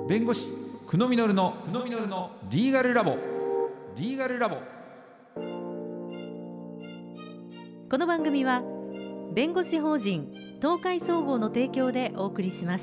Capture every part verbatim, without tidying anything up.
弁護士久野実の久野実のリーガルラボリーガルラボ。 この番組は弁護士法人東海総合の提供でお送りします。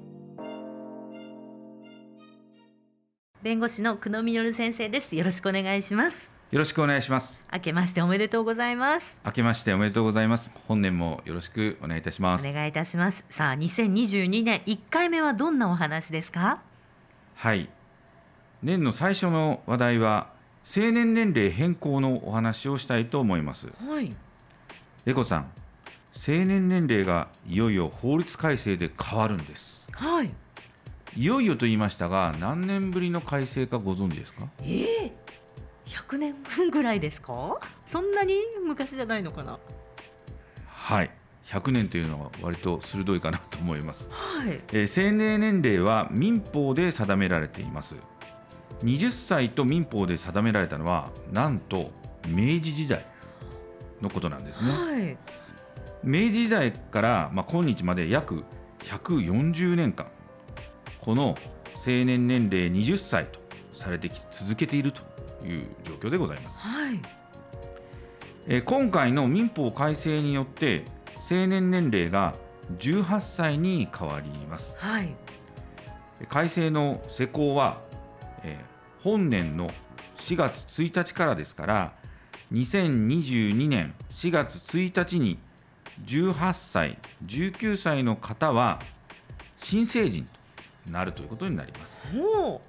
弁護士の久野実先生です。よろしくお願いします。 よろしくお願いします。 明けましておめでとうございます。 明けましておめでとうございます。本年もよろしくお願いいたします。 お願いいたします。さあにせんにじゅうにねんいっかいめはどんなお話ですか？ はい、年の最初の話題は成年年齢変更のお話をしたいと思います。 はい。 レコさん、成年年齢がいよいよ法律改正で変わるんです。 はい。 いよいよと言いましたが、何年ぶりの改正かご存知ですか？ えー、ひゃくねんぐらいですか？そんなに昔じゃないのかな？ はい、ひゃくねんというのは割と鋭いかなと思います。 はい。 えー成年年齢は民法で定められています。はたちと民法で定められたのはなんと明治時代のことなんですね。 はい。 明治時代から、まあ、今日まで約ひゃくよんじゅうねんかん、この成年年齢はたちとされてき続けているという状況でございます。 はい。 えー今回の民法改正によって成年年齢がじゅうはっさいに変わります。 はい。 改正の施行は、えー本年のしがつついたちからですから、にせんにじゅうにねんしがつついたちにじゅうはっさい、じゅうきゅうさいの方は新成人となるということになります。 ほ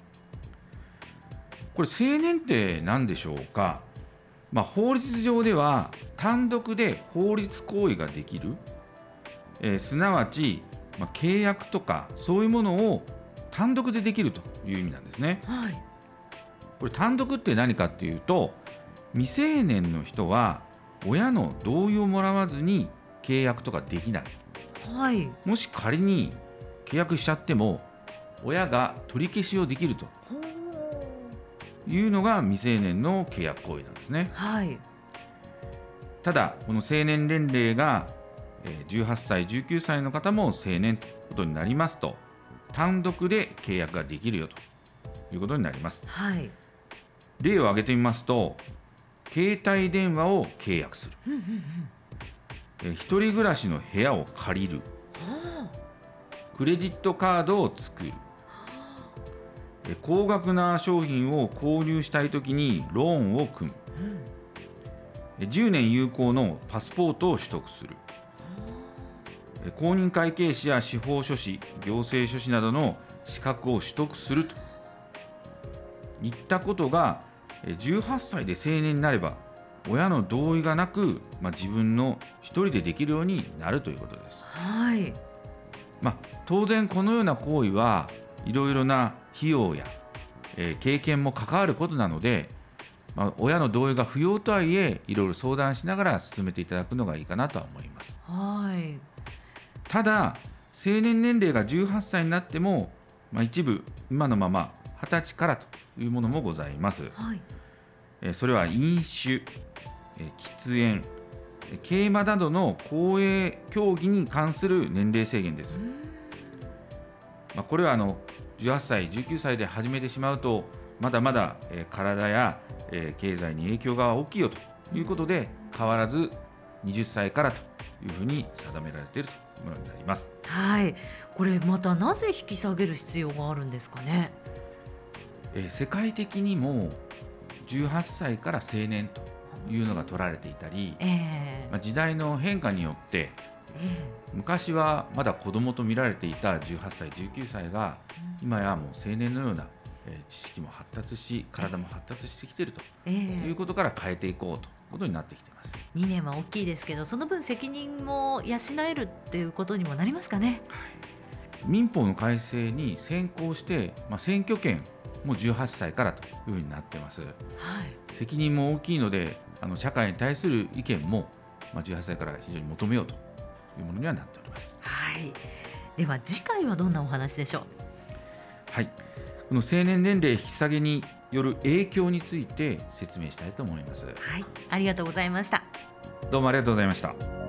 これ成年って何でしょうか？まあ、法律上では単独で法律行為ができる、えーすなわち、まあ、契約とかそういうものを単独でできるという意味なんですね。 う。はい。 これ単独って何かっていうと、未成年の人は親の同意をもらわずに契約とかできない。 はい。 もし仮に契約しちゃっても親が取り消しをできるとほう。 いうのが未成年の契約行為なんですね。 はい。 ただこの成年年齢がえーじゅうはっさい、じゅうきゅうさいの方も成年ということになりますと、単独で契約ができるよということになります。 はい。 例を挙げてみますと、携帯電話を契約する、 うんうんうん。 えー一人暮らしの部屋を借りる、 はクレジットカードを作る、えー高額な商品を購入したいときにローンを組む、 あ。うん。 えーじゅうねん有効のパスポートを取得する、えー公認会計士や司法書士、行政書士などの資格を取得するといったことが、えーじゅうはっさいで成年になれば親の同意がなく、まあ、自分の一人でできるようになるということです。 はい。 まあ、当然このような行為はいろいろな費用や、えー経験も関わることなので、まあ、親の同意が不要とはいえいろいろ相談しながら進めていただくのがいいかなとは思います。 はい。 ただ成年年齢がじゅうはっさいになっても、まあ、一部今のままはたちからというものもございます。 はい。 えーそれは飲酒、えー喫煙、えー競馬などの公営競技に関する年齢制限です。まあ、これはあのじゅうはっさい、じゅうきゅうさいで始めてしまうとまだまだ、えー体や、えー経済に影響が大きいよということで、変わらずはたちからというふうに定められているというものになります。 はい。これまたなぜ引き下げる必要があるんですかね？ えー世界的にもじゅうはっさいから成年というのが取られていたり、 ええまあ、時代の変化によってえ昔はまだ子供と見られていたじゅうはっさい、じゅうきゅうさいが今やもう青年のような、えー知識も発達し体も発達してきているとえええいうことから変えていこうということになってきています。 にねんは大きいですけど、その分責任も養えるっていうことにもなりますかね？ 民法の改正に先行して、まあ、選挙権もじゅうはっさいからというふうになっています。 はい。 責任も大きいので、あの社会に対する意見も、まあ、じゅうはっさいから非常に求めようというものにはなっております。 はい。では次回はどんなお話でしょう？ はい、この成年年齢引き下げによる影響について説明したいと思います。 はい。ありがとうございました。 どうもありがとうございました。